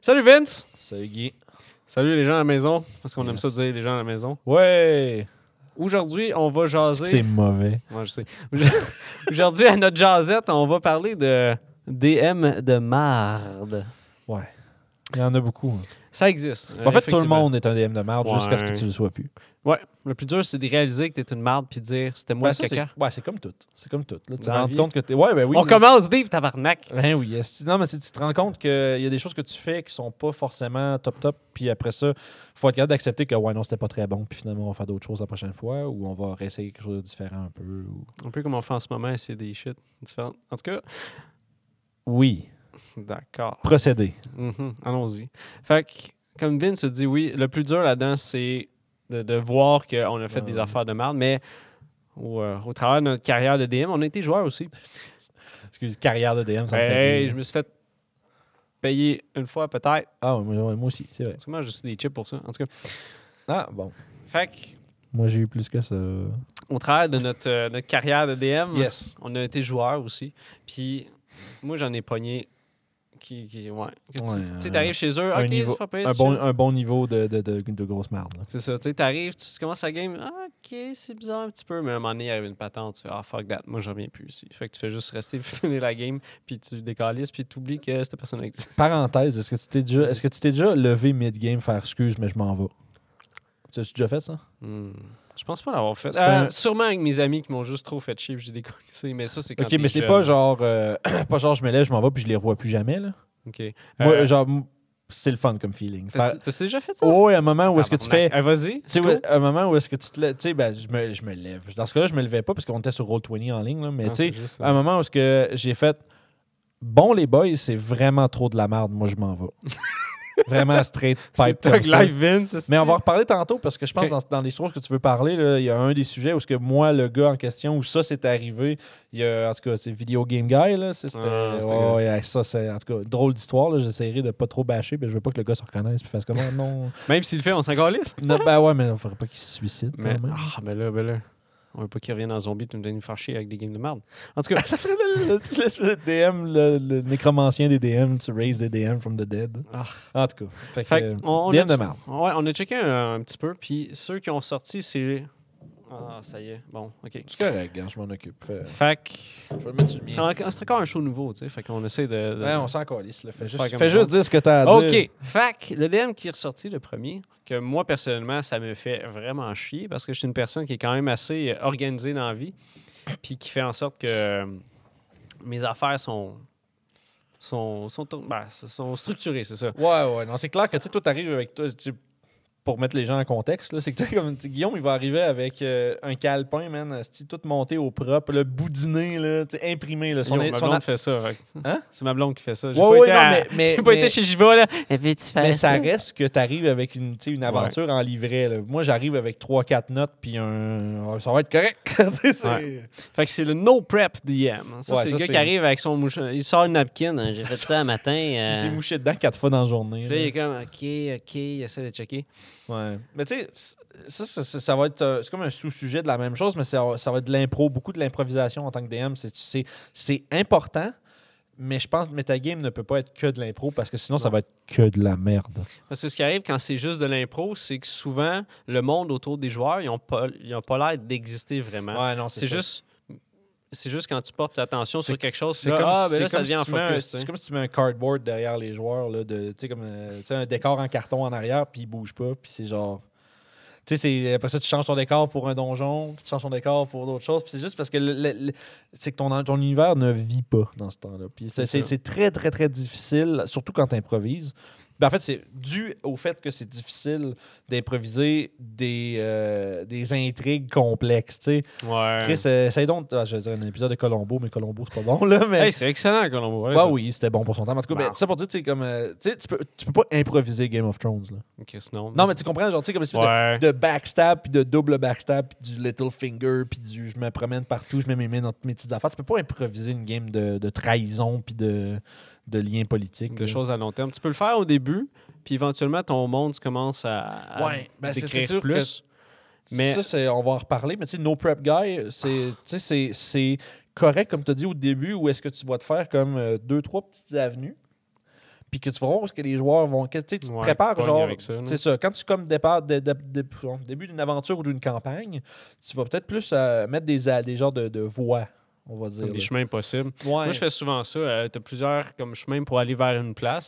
Salut Vince! Salut Guy. Salut les gens à la maison, parce qu'on aime Yes. ça dire les gens à la maison. Ouais! Aujourd'hui, on va jaser... C'est mauvais. Moi, je sais. Aujourd'hui, à notre jasette, on va parler de DM de marde. Ouais. Il y en a beaucoup. Hein. Ça existe. En fait, tout le effectivement. monde est un DM de merde Ouais. jusqu'à ce que tu le sois plus. Ouais. Le plus dur, c'est de réaliser que t'es une marde puis de dire c'était moi Ouais, le ça, caca. c'est comme tout. C'est comme tout. Là, tu te Dans la rends vie. compte que t'es. Ouais, ben oui. On commence deep, tabarnak! Ben oui. Non, mais tu te rends compte qu'il y a des choses que tu fais qui sont pas forcément top, puis après ça, faut être capable d'accepter que ouais, non, c'était pas très bon, puis finalement, on va faire d'autres choses la prochaine fois, ou on va réessayer quelque chose de différent un peu. Ou... Un peu comme on fait en ce moment, essayer des shit différentes. En tout cas, Oui. d'accord. Procéder. Allons-y. Fait que, comme Vince se dit, oui, le plus dur là-dedans, c'est de voir qu'on a fait des affaires de merde, mais au travers de notre carrière de DM, on a été joueur aussi. Excuse, carrière de DM, ça me fait Hey, rire. je me suis fait payer une fois peut-être. Ah, ouais, moi aussi, c'est vrai. Parce que moi, j'ai juste des chips pour ça. En tout cas, Ah, bon. fait que, Moi, j'ai eu plus que ça. au travers de notre carrière de DM, Yes. on a été joueur aussi. Puis, moi, j'en ai pogné ouais. Que tu sais, t'arrives chez eux, un ok, niveau- c'est pas pire. Un c'est bon, chill. un bon niveau de grosse merde. Là. C'est ça, tu sais, t'arrives, tu commences la game, ok, c'est bizarre un petit peu, mais à un moment donné, il arrive une patente, tu fais, fuck that, moi, je reviens plus ici. Fait que tu fais juste rester, finir la game, puis tu décalisses, puis tu oublies que cette personne existe. Parenthèse, est-ce que tu t'es déjà levé mid-game faire excuse, mais je m'en vais? Tu as déjà fait ça? Je pense pas l'avoir fait. C'est un- Sûrement avec mes amis qui m'ont juste trop fait chier, puis j'ai décalissé, mais ça, c'est quand Ok, t'es mais c'est jeune. pas genre, pas genre je me lève, je m'en vais, puis je les revois plus jamais. Là. Ok. Moi, genre, c'est le fun comme feeling. T'as déjà fait ça? Oh, un moment où est-ce que tu fais. Vas-y. Tu sais, un moment où est-ce que tu te lèves. Tu sais, ben, je me lève. Dans ce cas-là, je me levais pas parce qu'on était sur Roll20 en ligne, là, mais tu sais, un moment où est-ce que j'ai fait. Bon, les boys, c'est vraiment trop de la merde. Moi, je m'en vais. Vraiment straight C'est pipe. comme Tug ça. Live Vince. Mais on va en reparler tantôt parce que je pense Ok. dans les choses que tu veux parler, là, il y a un des sujets où ce que moi, le gars en question, où ça s'est arrivé, il y a, en tout cas, c'est Video Game Guy. Là, c'était, ouais, ça, c'est en tout cas drôle d'histoire. Là, j'essaierai de pas trop bâcher, mais je veux pas que le gars se reconnaisse et fasse comment non. Même s'il le fait, on s'en calisse. Non, ben ouais, mais il faudrait pas qu'il se suicide. Quand Mais, même. ben là. On veut pas qu'il revienne en zombie, tu me donnes une faire chier avec des games de merde. En tout cas, Ça serait le DM, le nécromancien des DM, to raise des DM from the dead. Ah. En tout cas, fait Fait que, on DM a- de merde. Ouais, on a checké un petit peu, puis ceux qui ont sorti, c'est... Ah, ça y est. Bon, OK. C'est correct, gars, je m'en occupe. Fait que Je vais le mettre sur le c'est mien. c'est encore un show nouveau, tu sais. Fait qu'on essaie de... Ouais, on s'en calisse. Là. Fais de faire juste, comme fais ça. juste dire ce que t'as à dire. OK. Fait que le DM qui est ressorti, le premier, que moi, personnellement, ça me fait vraiment chier parce que je suis une personne qui est quand même assez organisée dans la vie puis qui fait en sorte que mes affaires sont structurées, c'est ça. Ouais. Non, c'est clair que tu sais, toi, t'arrives avec toi. Pour mettre les gens en contexte, là, c'est que comme Guillaume, il va arriver avec un calepin, man, asti, tout monté au propre, le boudiné, là, tu sais, imprimé. Là, Yo, ma blonde fait ça. Fait que- Hein? C'est ma blonde qui fait ça. Ouais, non, J'ai pas été chez Jiva, là. Mais ça reste que tu arrives avec une aventure en livret. Là. Moi, j'arrive avec 3-4 notes, puis ça va être correct. Tu sais, c'est- Ouais. Fait que c'est le no prep DM. Ça, Ouais, c'est ça, le gars c'est- qui arrive avec son mouchoir. Il sort une napkin. J'ai fait ça un matin. Puis il s'est mouché dedans 4 fois dans la journée. Puis là, il là. est comme, OK, il essaie de checker. Ouais. Mais tu sais, ça va être. C'est comme un sous-sujet de la même chose, mais ça va être de l'impro, beaucoup de l'improvisation en tant que DM. C'est important, mais je pense que Metagame ne peut pas être que de l'impro parce que sinon, ça va être que de la merde. Parce que ce qui arrive quand c'est juste de l'impro, c'est que souvent, le monde autour des joueurs, ils ont pas l'air d'exister vraiment. Ouais, non, C'est ça. juste quand tu portes l'attention C'est- sur quelque chose, C'est là, comme, ben c'est là, ça comme devient en si tu mets un- focus. tu sais. c'est comme si tu mets un cardboard derrière les joueurs, là, tu sais, comme tu sais, un décor en carton en arrière, puis il bouge pas, puis c'est genre. Tu sais, après ça, tu changes ton décor pour un donjon, puis tu changes ton décor pour d'autres choses. Puis c'est juste parce que c'est que ton univers ne vit pas dans ce temps-là. Puis C'est ça. c'est très, très, très difficile, surtout quand tu improvises. Ben, en fait, c'est dû au fait que c'est difficile d'improviser des intrigues complexes. Tu sais. Ouais. Chris, essaye donc. Je vais dire un épisode de Colombo, mais Colombo, c'est pas bon, là. Mais... Hey, c'est excellent, Colombo. Ouais, bah ça. oui, c'était bon pour son temps. En tout cas, Wow. ben, ça pour dire, tu sais, comme. Tu sais, tu peux pas improviser Game of Thrones, là. Chris, non. Non, mais tu comprends, genre, tu sais, comme espèce Ouais. de backstab, puis de double backstab, puis du little finger, puis du je me promène partout, je mets mes mains dans mes petites affaires. Tu peux pas improviser une game de trahison, puis de liens politiques. De là. choses à long terme. Tu peux le faire au début, puis éventuellement, ton monde, tu commences à Ouais, ben c'est décrire sûr plus. que Mais- ça, on va en reparler, mais tu sais, No Prep Guy, c'est correct, comme tu as dit au début, où est-ce que tu vas te faire comme 2-3 petites avenues. puis que tu vas voir où est-ce que les joueurs vont. Tu sais, tu te prépares, genre. C'est ça. Quand tu comme départ début d'une aventure ou d'une campagne, tu vas peut-être plus mettre des genres de voies, on va dire. Des chemins possibles. Ouais. Moi, je fais souvent ça. Tu as plusieurs comme chemins pour aller vers une place.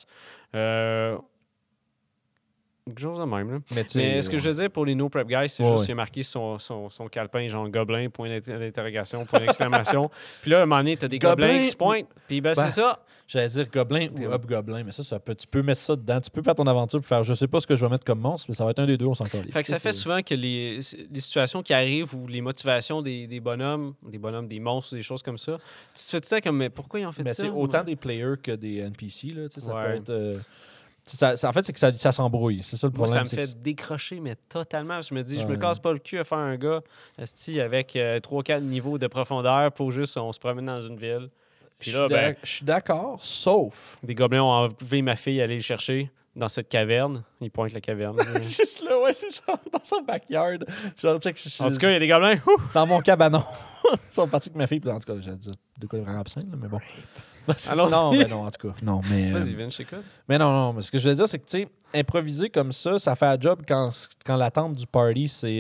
Quelque chose de même. Là. Mais ce que je veux dire pour les no prep guys, c'est juste qu'il a marqué son calepin, genre gobelin, point d'interrogation, point d'exclamation. Puis là, à un moment donné, t'as des gobelins qui se pointent. Puis c'est ça. J'allais dire gobelin ou hobgoblin, mais tu peux mettre ça dedans. Tu peux faire ton aventure pour faire je sais pas ce que je vais mettre comme monstre, mais ça va être un des deux, on s'en calisse. Fait que ça fait souvent que les situations qui arrivent ou les motivations des bonhommes, des monstres, des choses comme ça, tu te fais tout ça comme mais pourquoi ils ont fait ça? Autant des players que des NPC, là, ça peut être. En fait, c'est que ça s'embrouille. C'est ça le problème. Moi, ça me fait décrocher, mais totalement. Je me dis, je me casse pas le cul à faire un gars avec 3-4 niveaux de profondeur pour juste on se promène dans une ville. Puis là, je suis d'accord, sauf. Des gobelins ont enlevé ma fille, aller le chercher dans cette caverne. Ils pointent la caverne. Juste là, c'est genre dans son backyard. Genre, en tout cas, il y a des gobelins. Dans mon cabanon. Ils sont partis avec ma fille. Puis en tout cas, j'allais dire de quoi vraiment absent, mais bon. Non, en tout cas. Non, mais. Vas-y, Vince, j'écoute. Mais non, mais ce que je veux dire, c'est que, tu sais, improviser comme ça fait un job quand l'attente du party, c'est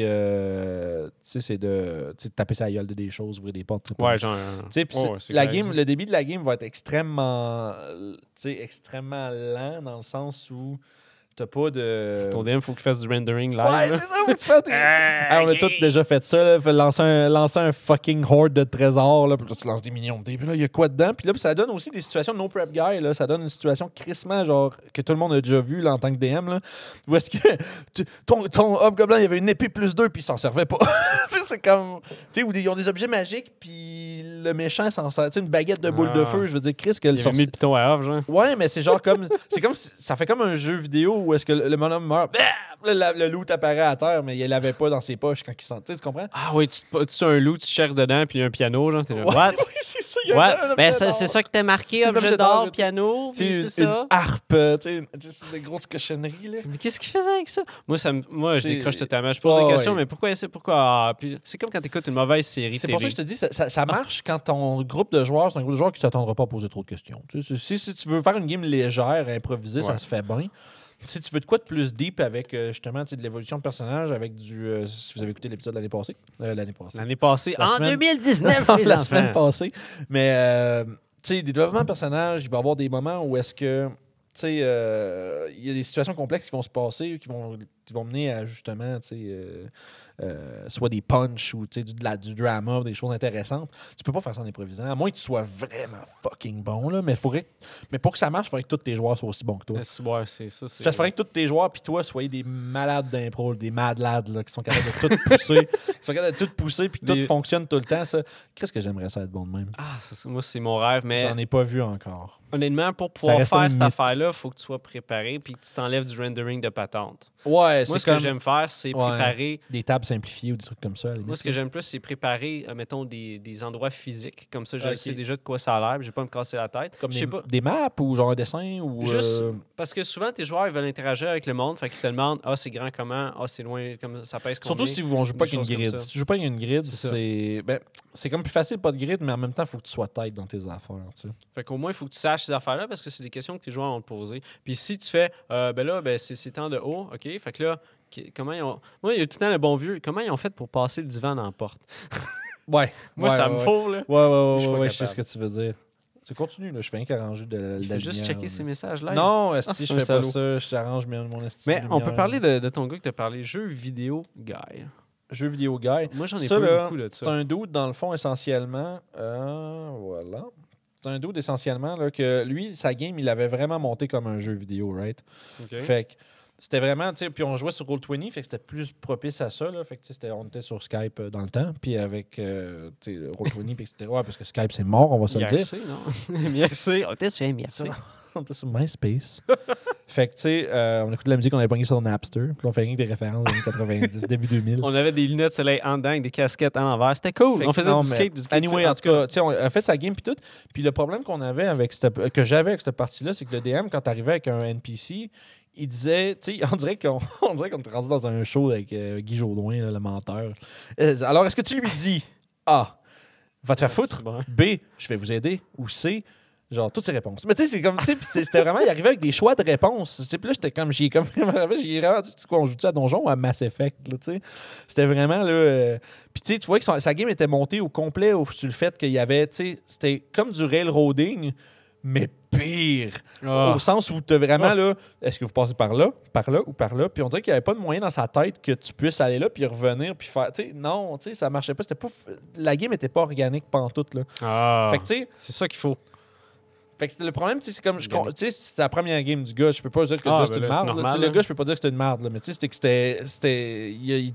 de taper sa gueule de des choses, ouvrir des portes. Ouais, genre. Tu sais, le début de la game va être extrêmement lent dans le sens où t'as pas de. Ton DM, il faut qu'il fasse du rendering live. Ouais, c'est ça, faut que tu fasses on a tous déjà fait ça, là, lancer un fucking horde de trésors, là, puis là, tu lances des millions de dés, puis là, il y a quoi dedans? Puis là, ça donne aussi des situations de no prep guy, là, ça donne une situation crissement, genre, que tout le monde a déjà vu, là, en tant que DM, là, où est-ce que ton hobgoblin, il y avait une épée +2, puis il s'en servait pas. C'est comme, tu sais, où ils ont des objets magiques, puis le méchant s'en sert, tu sais, une baguette de boule de feu, je veux dire, Chris, que il a mis le piton à off, genre. Ouais, mais c'est genre comme, ça fait comme un jeu vidéo où est-ce que le bonhomme meurt, le loot apparaît à terre, mais il l'avait pas dans ses poches quand il sent. Tu comprends? Ah oui, tu as un loot, tu cherches dedans, puis il y a un piano, genre, t'es là, what? Oui, c'est ça, il y a un c'est ça que t'as marqué, objet d'or, piano, c'est ça. Une harpe, tu sais, des grosses cochonneries, là. Mais qu'est-ce qu'il faisait avec ça? Moi je décroche totalement. Je pose des questions, mais pourquoi? Puis c'est comme quand t'écoutes une mauvaise série C'est TV. pour ça que je te dis, ça marche quand ton groupe de joueurs, c'est un groupe de joueurs qui ne s'attendra pas à poser trop de questions. Tu sais, si tu veux faire une game légère, improvisée, ça se fait bien. Si tu veux de quoi de plus deep avec justement de l'évolution de personnage, avec si vous avez écouté l'épisode de l'année passée. En 2019, la semaine passée. Mais tu sais, des développements de personnages, il va y avoir des moments où est-ce que tu sais, il y a des situations complexes qui vont se passer, qui vont mener à justement, tu sais, soit des punchs ou du drama, des choses intéressantes. Tu peux pas faire ça en improvisant, à moins que tu sois vraiment fucking bon, là, mais pour que ça marche, il faudrait que tous tes joueurs soient aussi bons que toi. Ouais, c'est ça. Ça faudrait que tous tes joueurs puis toi soyez des malades d'impro, des mad lads là, qui sont capables de tout pousser, puis que tout fonctionne tout le temps. Ça. Qu'est-ce que j'aimerais ça être bon de même? Ah, moi, c'est mon rêve, mais... J'en ai pas vu encore. Honnêtement, pour pouvoir faire cette affaire-là, il faut que tu sois préparé puis que tu t'enlèves du rendering de patente. Ouais, moi, ce que j'aime faire, c'est préparer... Des tables simplifiées ou des trucs comme ça. Moi, ce que j'aime plus, c'est préparer, mettons, des endroits physiques. Comme ça, je sais déjà de quoi ça a l'air, je vais pas me casser la tête. Comme des maps ou genre un dessin ou... Juste parce que souvent, tes joueurs ils veulent interagir avec le monde, fait qu'ils te demandent « Ah, c'est grand comment? Ah, c'est loin, comme ça pèse combien? » Surtout si on joue pas avec une grid. Si tu joues pas avec une grid, c'est comme plus facile pas de grid, mais en même temps, il faut que tu sois tête dans tes affaires. T'sais. Fait qu'au moins, il faut que tu saches ces affaires-là parce que c'est des questions que tes joueurs vont te poser. Puis si tu fais c'est tant de haut, OK, fait que là, comment ils ont... Moi, il y a tout le temps le bon vieux. Comment ils ont fait pour passer le divan dans la porte? Ouais. Moi, ça me faut, là. Ouais, je sais ce que tu veux dire. Tu continues, là. Je fais un qu'arranger de la lumière. Juste checker ces messages là. Non, je fais pas ça. Je t'arrange mon estime. Mais on peut parler de ton gars que tu as parlé, jeu vidéo guy. Jeu vidéo guy. Moi, j'en ai pas beaucoup de ça. C'est un dude, dans le fond, essentiellement. Voilà. C'est un dude, essentiellement, là, que lui, sa game, il avait vraiment monté comme un jeu vidéo, right? Okay. Fait que c'était vraiment, tu sais, puis on jouait sur Roll20, fait que c'était plus propice à ça, là. Fait que, on était sur Skype dans le temps, puis avec, tu sais, Roll20, puis etc. Ouais, parce que Skype, c'est mort, on va se le dire. Non? Merci. On était sur MRC. On était sur MySpace. Fait que, tu sais, on écoute de la musique qu'on avait pognée sur Napster, puis on fait rien que des références des années 90, début 2000. On avait des lunettes soleil en dedans avec des casquettes en l'envers. C'était cool. On faisait du skate. Anyway, en tout cas, tu sais, on a fait sa game, puis tout. Puis le problème qu'on avait que j'avais avec cette partie-là, c'est que le DM, quand t'arrivais avec un NPC, il disait, tu sais, on dirait qu'on était rendu dans un show avec Guy Jodoin, là, le menteur. Alors, est-ce que tu lui dis A, va te faire foutre, B, je vais vous aider, ou C, Genre, toutes ses réponses. Mais tu sais, c'est comme, tu sais, c'était vraiment, il arrivait avec des choix de réponses. Tu sais, puis là, j'étais comme, j'ai vraiment dit, tu sais quoi, on joue-tu à Donjon ou à Mass Effect, là, tu sais. C'était vraiment, là. Puis tu sais, tu vois que sa game était montée au complet sur le fait qu'il y avait, tu sais, c'était comme du railroading, mais pire. Au sens où tu as vraiment, là, est-ce que vous passez par là ou par là? Puis on dirait qu'il n'y avait pas de moyen dans sa tête que tu puisses aller là, puis revenir, puis faire, tu sais, non, tu sais, ça marchait pas. C'était pas. La game était pas organique pantoute, là. Fait que, tu sais. C'est ça qu'il faut. Fait que le problème, c'est comme. Tu sais, c'était la première game du gars. Je peux pas dire que le gars, c'est une merde. Le gars, je peux pas dire que c'était une merde. Là, mais tu sais, c'était.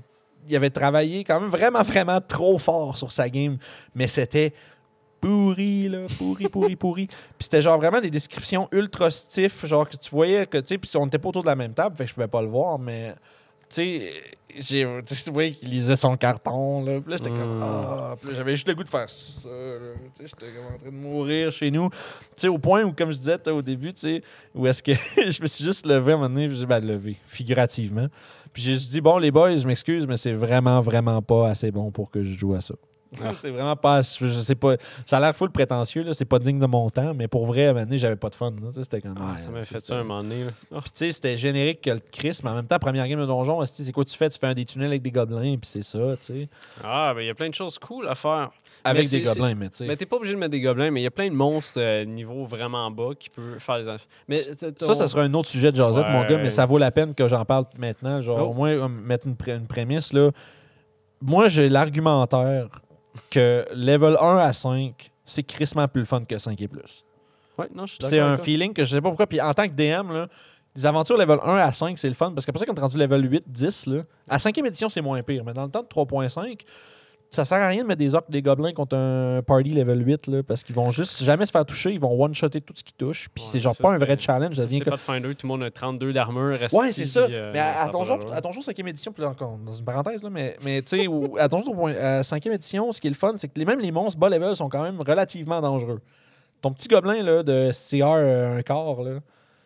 Il avait travaillé quand même vraiment, vraiment trop fort sur sa game. Mais c'était pourri, là. Pourri. Puis c'était genre vraiment des descriptions ultra stiff. Genre que tu voyais que, tu sais, puis on était pas autour de la même table. Fait que je pouvais pas le voir. Mais, tu sais, tu voyais qu'il lisait son carton. Là. Puis là, j'étais comme. Puis là, j'avais juste le goût de faire ça. Là. Tu sais, j'étais comme en train de mourir chez nous. Tu sais, au point où, comme je disais au début, tu sais, où est-ce que je me suis juste levé à un moment donné. J'ai levé, figurativement. Puis j'ai dit, bon, les boys, je m'excuse, mais c'est vraiment, vraiment pas assez bon pour que je joue à ça. C'est vraiment pas. Je sais pas. Ça a l'air full prétentieux, là. C'est pas digne de mon temps, mais pour vrai, à un moment donné, j'avais pas de fun. C'était comme. Ça m'a fait ça un moment donné. Puis tu sais, c'était générique que le Chris, mais en même temps, première game de donjon, c'est quoi tu fais? Tu fais des tunnels avec des gobelins, puis c'est ça, tu sais. Ben il y a plein de choses cool à faire. Avec des gobelins, mais tu sais. Mais t'es pas obligé de mettre des gobelins, mais il y a plein de monstres niveau vraiment bas qui peuvent faire des affaires. Mais ça serait un autre sujet de Josette, mon gars, mais ça vaut la peine que j'en parle maintenant. Genre, au moins, mettre une prémisse, là. Moi, j'ai l'argumentaire que level 1 à 5, c'est crissement plus le fun que 5 et plus. Ouais, non, je suis c'est un feeling que je sais pas pourquoi. Puis en tant que DM, là, les aventures level 1 à 5, c'est le fun. Parce qu'après ça, quand tu es rendu level 8, 10, là, à 5e édition, c'est moins pire. Mais dans le temps de 3.5, ça sert à rien de mettre des orques des gobelins contre un party level 8, là, parce qu'ils vont juste jamais se faire toucher. Ils vont one-shotter tout ce qui touche. Puis c'est genre pas un vrai challenge. Ça devient pas de Finder, tout le monde a 32 d'armure. Ouais, c'est ça. Mais à ton jour 5e édition, puis là, encore dans une parenthèse, là, mais tu sais, à ton jour 5e édition, ce qui est le fun, c'est que même les monstres bas level sont quand même relativement dangereux. Ton petit gobelin là, de CR un quart, là,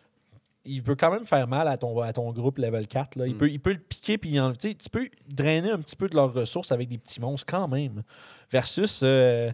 il peut quand même faire mal à ton groupe level 4. Là. Il peut le piquer, puis tu peux drainer un petit peu de leurs ressources avec des petits monstres quand même. Versus dans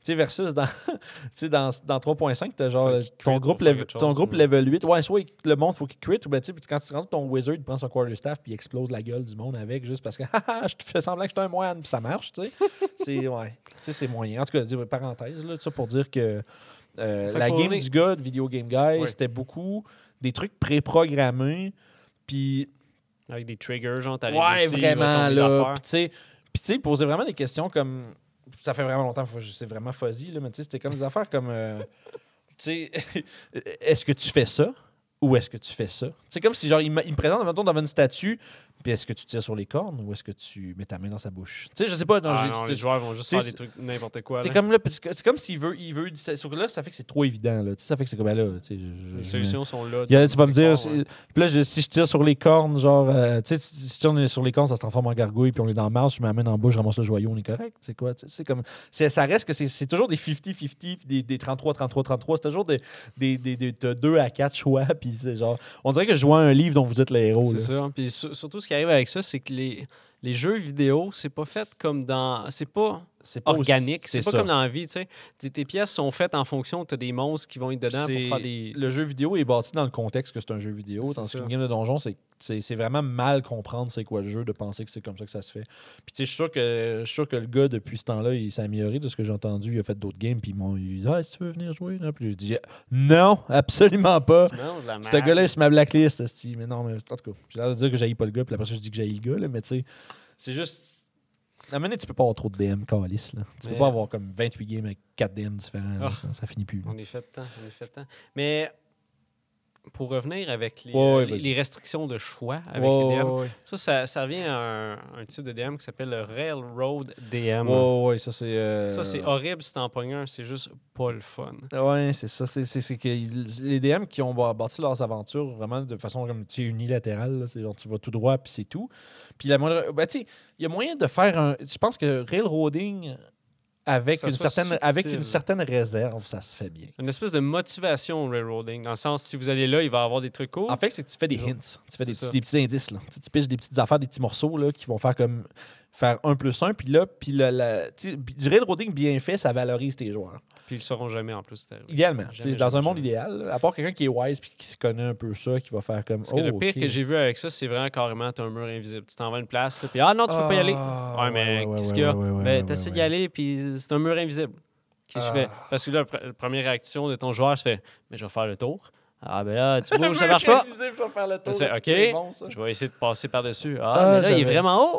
3.5, t'as genre ton groupe level 8. Ouais, soit le monstre, faut qu'il crit, ou quand tu rentres ton wizard, il prend son quarterstaff puis il explose la gueule du monde avec juste parce que je te fais semblant que je suis un moine, puis ça marche, tu sais. C'est moyen. En tout cas, parenthèse, là, ça pour dire que la game du gars de Video Game Guy, c'était beaucoup des trucs pré-programmés, puis avec des triggers, genre, t'as vraiment, là. Puis tu sais, poser vraiment des questions comme... Ça fait vraiment longtemps, c'est vraiment fuzzy, là, mais tu sais, c'était comme des affaires comme... tu sais, est-ce que tu fais ça? Ou est-ce que tu fais ça? C'est comme si, genre, il me présente devant une statue, puis est-ce que tu tires sur les cornes ou est-ce que tu mets ta main dans sa bouche? Tu sais, je sais pas. Les joueurs vont juste faire des trucs n'importe quoi. C'est comme là, c'est comme s'il veut. Sauf que là, ça fait que c'est trop évident. Là. Ça fait que c'est comme là. Les solutions sont là. Tu vas me dire. Puis là, si je tire sur les cornes, genre. Tu sais, si je tire sur les cornes, ça se transforme en gargouille, puis on est dans le Mars, je me mets en bouche, je ramasse le joyau, on est correct. C'est quoi? C'est comme. Ça reste que c'est toujours des 50-50, puis des 33-33-33. C'est toujours des 2 à 4 choix, puis c'est genre. On dirait que je joue à un livre dont vous êtes les héros. C'est ça. Puis surtout, ce qui arrive avec ça, c'est que les jeux vidéo, c'est pas fait comme dans... C'est pas organique. C'est pas comme dans la vie, tu sais. Tes pièces sont faites en fonction, tu as des monstres qui vont être dedans pour faire des... Le jeu vidéo est bâti dans le contexte que c'est un jeu vidéo. Tandis qu'une game de donjon, c'est vraiment mal comprendre c'est quoi le jeu, de penser que c'est comme ça que ça se fait. Puis tu sais, je suis sûr que le gars, depuis ce temps-là, il s'est amélioré de ce que j'ai entendu. Il a fait d'autres games, puis il dit « Ah, est-ce que tu veux venir jouer? » Puis j'ai dit « Non, absolument pas. Ce gars-là, c'est ma blacklist. » Mais non, mais en tout cas, j'ai l'air de dire que j'haïs pas le gars, puis après ça, je dis que j'haïs le gars, là, mais tu sais, c'est juste... À un moment donné, tu peux pas avoir trop de DM calice, là. Tu peux pas avoir comme 28 games avec 4 DM différents. Ça finit plus. Là. On est fait de temps. Mais pour revenir avec les restrictions de choix avec les DM, ça revient à un type de DM qui s'appelle le Railroad DM. Ça c'est... Ça, c'est horrible si t'en pognes un. C'est juste pas le fun. Ouais, c'est ça. C'est que les DM qui ont bâti leurs aventures vraiment de façon comme unilatérale, là, c'est genre tu vas tout droit puis c'est tout. Puis il y a moyen de faire un... Je pense que Railroading... Avec une certaine réserve, ça se fait bien. Une espèce de motivation au railroading. Dans le sens, si vous allez là, il va y avoir des trucs cool. En fait, c'est que tu fais des hints. Tu fais des petits indices. Là. Tu piges des petites affaires, des petits morceaux là, qui vont faire comme... faire 1+1, puis là, du railroading bien fait, ça valorise tes joueurs. Puis ils le sauront jamais en plus. Idéalement. Jamais, dans un monde jamais. idéal, à part quelqu'un qui est wise puis qui connaît un peu ça, qui va faire comme. Parce que le pire que j'ai vu avec ça, c'est vraiment carrément, t'as un mur invisible. Tu t'en vas à une place, là, puis non, tu peux pas y aller. Ouais, mais qu'est-ce qu'il y a? T'essaies d'y aller, puis c'est un mur invisible. Qu'est-ce que je fais? Parce que là, la première réaction de ton joueur, je fais, mais je vais faire le tour. Ah, ben là, tu bouges, ça marche pas. Invisible, je vais faire le tour. Je fais, OK, c'est bon, ça. je vais essayer de passer par-dessus. Mais là, il est vraiment haut.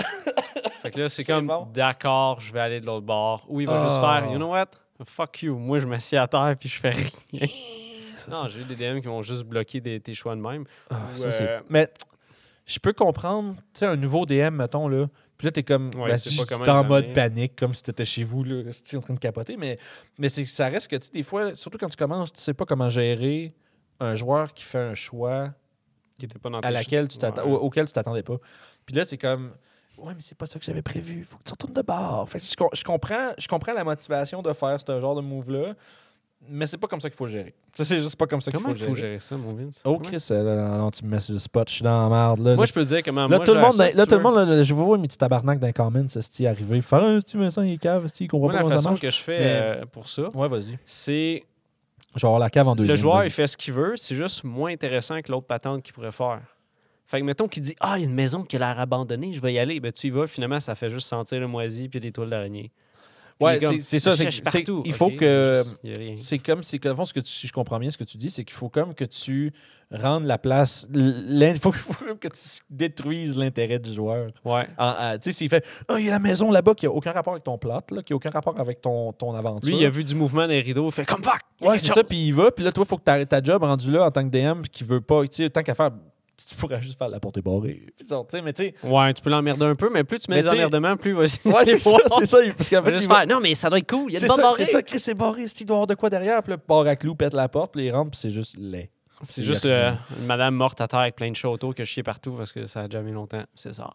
Fait que là, c'est comme, bon. d'accord, je vais aller de l'autre bord. Ou il va juste faire, you know what? Fuck you. Moi, je m'assieds à terre puis je fais rien. Non, j'ai eu des DM qui vont juste bloquer tes choix de même. Mais je peux comprendre, tu sais, un nouveau DM, mettons, là. Puis là, t'es comme, t'es en mode panique, comme si t'étais chez vous, là, si t'es en train de capoter. Mais ça reste que, tu sais, des fois, surtout quand tu commences, tu sais pas comment gérer un joueur qui fait un choix qui était pas dans auquel tu t'attendais pas. Puis là, c'est comme, ouais, mais c'est pas ça que j'avais prévu. Faut que tu retournes de bord. Fait que je comprends la motivation de faire ce genre de move-là, mais c'est pas comme ça qu'il faut gérer. Ça, c'est juste pas comme ça qu'il faut gérer. Comment il faut gérer ça, mon Vince? Oh, Chris, là, tu me mets sur le spot. Je suis dans la merde. Là, moi, je peux te dire comment là, moi, tout le monde, je vous vois mes petits tabarnak dans les comments, c'est arrivé. Faire un petit Vincent, il est cave, il comprend pas comment ça marche. La façon que je fais pour ça, vas-y. C'est... Je vais avoir la cave en deuxième. Le joueur, il fait ce qu'il veut. C'est juste moins intéressant que l'autre patente qu'il pourrait faire. Fait que, mettons qu'il dit « Ah, il y a une maison qui a l'air abandonnée, je vais y aller. » Ben, tu y vas, finalement, ça fait juste sentir le moisi puis des toiles d'araignée. Ouais, c'est ça. Il faut que... C'est comme, au fond, si je comprends bien ce que tu dis, c'est qu'il faut comme que tu rendes la place... Il faut que tu détruises l'intérêt du joueur. Ouais. Tu sais, s'il fait « Ah, il y a la maison là-bas qui n'a aucun rapport avec ton plot, là, qui n'a aucun rapport avec ton aventure. » Lui, il a vu du mouvement des rideaux, il fait « Comme fuck! » Ouais, c'est ça, puis il va. Puis là, toi, il faut que tu arrêtes ta job rendu là en tant que DM qui veut pas... Tu sais, tant qu'à faire... Tu pourrais juste faire la portée barrée. Mais tu sais. Ouais, tu peux l'emmerder un peu, mais plus tu mets des emmerdements, plus vas-y. Ouais, c'est ça. Parce qu'en fait, faire, non, mais ça doit être cool. Il y a une bonne barrée. C'est ça, Chris, c'est barré. Il doit y avoir de quoi derrière. Puis là, barre à clous, pète la porte, puis il rentre, puis c'est juste laid. C'est juste une madame morte à terre avec plein de chats autour que je chiais partout parce que ça a déjà mis longtemps. C'est ça.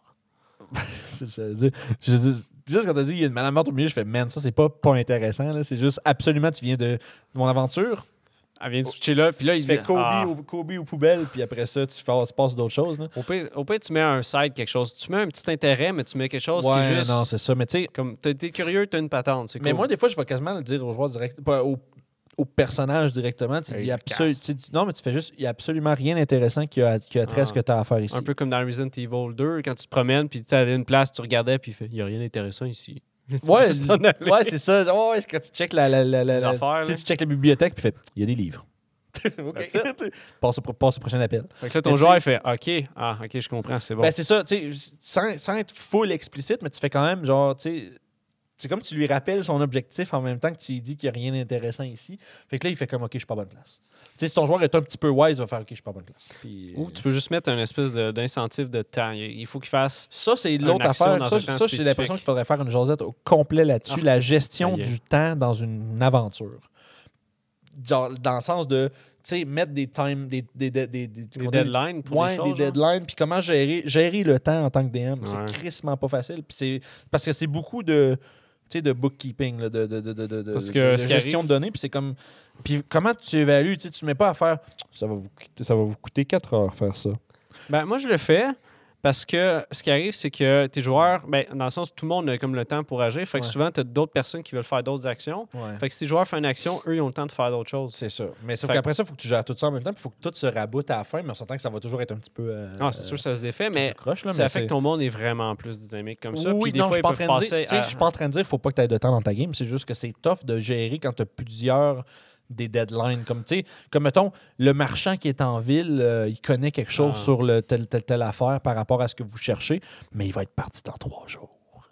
Juste quand t'as dit il y a une madame morte au milieu, je fais, man, ça, c'est pas intéressant. Là. C'est juste absolument, tu viens de mon aventure. Elle vient de switcher là, puis là, il fait Kobe aux poubelles, puis après ça, tu passes d'autres choses. Là. Au pire, tu mets un side, quelque chose. Tu mets un petit intérêt, mais tu mets quelque chose qui est juste... non, c'est ça. Mais tu sais... Comme, t'es curieux, t'as une patente, c'est cool. Mais moi, des fois, je vais quasiment le dire aux joueurs direct, pas au personnage directement. Tu dis non, mais tu fais juste, il n'y a absolument rien d'intéressant qui a trait à ce que tu as à faire ici. Un peu comme dans Resident Evil 2, quand tu te promènes, puis tu allais à une place, tu regardais, puis il n'y a rien d'intéressant ici. Ouais, c'est ça. Oh, est-ce que tu checkes tu checkes la bibliothèque, puis il y a des livres. OK. Passe au prochain appel. Fait que là, ton joueur, il fait OK, je comprends, c'est bon. Ben, c'est ça, tu sais, sans être full explicite, mais tu fais quand même genre, tu sais, c'est comme tu lui rappelles son objectif en même temps que tu lui dis qu'il n'y a rien d'intéressant ici. Fait que là, il fait comme OK, je suis pas à bonne place. Tu sais, si ton joueur est un petit peu wise, il va faire OK, je suis pas à bonne place. Puis, ou tu peux juste mettre une espèce d'incentive de temps. Il faut qu'il fasse. Ça, c'est l'autre affaire. Ça j'ai l'impression qu'il faudrait faire une jasette au complet là-dessus. La gestion du temps dans une aventure. Genre, dans le sens de mettre des deadlines pour des choses. Des deadlines, puis comment gérer le temps en tant que DM. C'est crissement pas facile. Puis parce que c'est beaucoup de bookkeeping, là, de gestion de données. Puis c'est comme. Puis comment tu évalues? Tu ne mets pas à faire. Ça va vous coûter 4 heures faire ça. Ben, moi, je le fais. Parce que ce qui arrive, c'est que tes joueurs, dans le sens où tout le monde a comme le temps pour agir, fait que souvent, tu as d'autres personnes qui veulent faire d'autres actions. Ouais. Fait que si tes joueurs font une action, eux, ils ont le temps de faire d'autres choses. C'est ça. Mais sauf qu'après ça, il faut que tu gères tout ça en même temps, puis il faut que tout se raboute à la fin, mais on s'entend que ça va toujours être un petit peu... c'est sûr que ça se défait, mais croche, ça fait que ton monde est vraiment plus dynamique comme ça. Oui, puis non, je suis pas en train de dire qu'il faut pas que tu aies de temps dans ta game, c'est juste que c'est tough de gérer quand tu as plusieurs... des deadlines. Comme mettons, le marchand qui est en ville, il connaît quelque chose sur telle affaire par rapport à ce que vous cherchez, mais il va être parti dans 3 jours.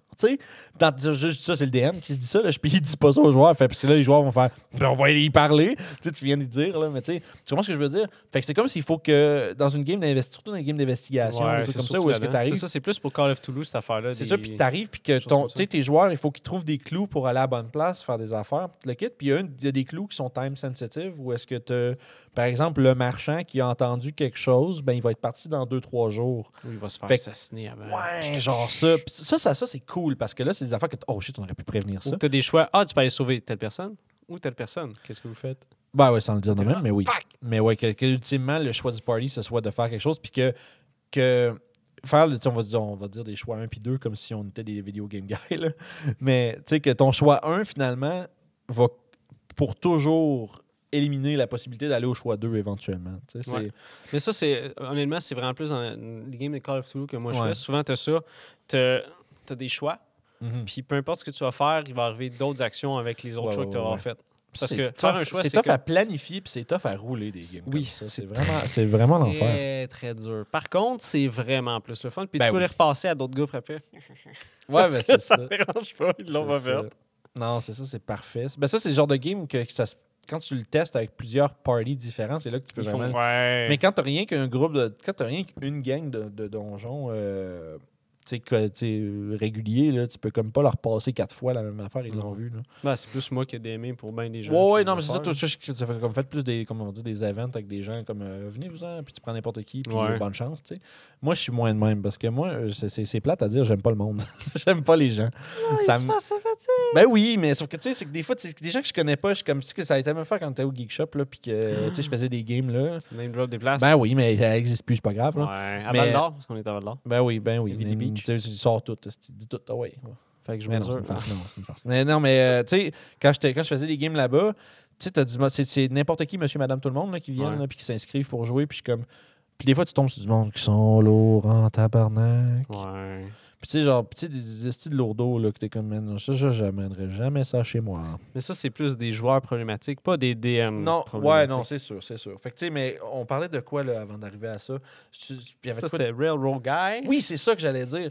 Juste ça, c'est le DM qui se dit ça, là, puis il dit pas ça aux joueurs. Parce que là, les joueurs vont faire on va y parler. Tu viens de dire, là, mais tu comprends ce que je veux dire? Fait que c'est comme s'il faut que dans une game d'investigation, surtout dans une game d'investigation, comme ça, où est-ce que tu arrives. C'est ça, c'est plus pour Call of Toulouse, cette affaire-là. C'est ça, puis tu arrives, puis que tes joueurs, il faut qu'ils trouvent des clous pour aller à la bonne place, faire des affaires, le kit. Puis il y a des clous qui sont time sensitive, où est-ce que tu par exemple, le marchand qui a entendu quelque chose, il va être parti dans 2-3 jours. Ou il va se faire assassiner avant. Ouais, genre ça. Puis ça, c'est cool parce que là, c'est des affaires que oh shit, on aurait pu prévenir ça. Ou tu as des choix. Tu peux aller sauver telle personne ou telle personne. Qu'est-ce que vous faites? Ben ouais, sans le dire de même, mais oui. Mais ouais, que ultimement, le choix du party, ce soit de faire quelque chose, puis que faire, on va dire des choix 1 puis 2 comme si on était des video game guys, là. Mais tu sais que ton choix 1, finalement, va pour toujours éliminer la possibilité d'aller au choix 2 éventuellement. Ouais. Mais ça, honnêtement, c'est vraiment plus dans les games de Call of Duty que moi je fais. Souvent, tu as ça. Tu as des choix. Puis peu importe ce que tu vas faire, il va arriver d'autres actions avec les autres choix que tu auras fait. Parce que faire un choix, c'est tough à planifier puis c'est tough à rouler des games. Oui, comme ça. C'est vraiment l'enfer. Très dur. Par contre, c'est vraiment plus le fun. Puis tu peux les repasser à d'autres groupes après. Ouais, mais c'est ça. Ça ne dérange pas, ils l'ont pas fait. Non, c'est ça, c'est parfait. Ben ça, c'est le genre de game que quand tu le testes avec plusieurs parties différents, c'est là que tu peux vraiment... Mais quand tu n'as rien qu'un groupe quand tu n'as rien qu'une gang de donjons régulier, là, tu peux comme pas leur passer 4 fois la même affaire, ils l'ont vu. Là. Ben, c'est plus moi qui ai d'aimer pour bien des gens. Ouais, non, mais c'est ça, tu fais comme fait plus des, comme on dit, des events avec des gens comme venez-vous-en, puis tu prends n'importe qui, puis bonne chance, tu sais. Moi, je suis moins de même parce que moi, c'est plate à dire, j'aime pas le monde. J'aime pas les gens. Ça me fait Ben oui, mais sauf que tu sais, c'est que des fois, c'est des gens que je connais pas, je suis comme si ça a été à me faire quand t'étais au Geek Shop, là, puis que je faisais des games là. C'est name drop des places. Ben oui, mais ça existe plus, c'est pas grave. Là. Ouais, à Val d'Or, parce qu'on est à Val d'Or. Ben oui. Tu sors tout, tu dis tout, ouais. Fait que je c'est une farce, non, c'est une farce. Mais non, mais tu sais, quand je faisais des games là-bas, tu sais, c'est n'importe qui, monsieur, madame, tout le monde, là, qui viennent, là, puis qui s'inscrivent pour jouer, puis je suis comme. Puis des fois, tu tombes sur du monde qui sont lourds en tabarnak. Ouais. Puis tu sais, genre, des styles lourdeaux, là, que t'es comme, man, ça, j'amènerais jamais ça chez moi. Mais ça, c'est plus des joueurs problématiques, pas des DM non, problématiques. Ouais, non, c'est sûr. Fait que tu sais, mais on parlait de quoi, là, avant d'arriver à ça? Ça, c'était Railroad Guy. Oui, c'est ça que j'allais dire.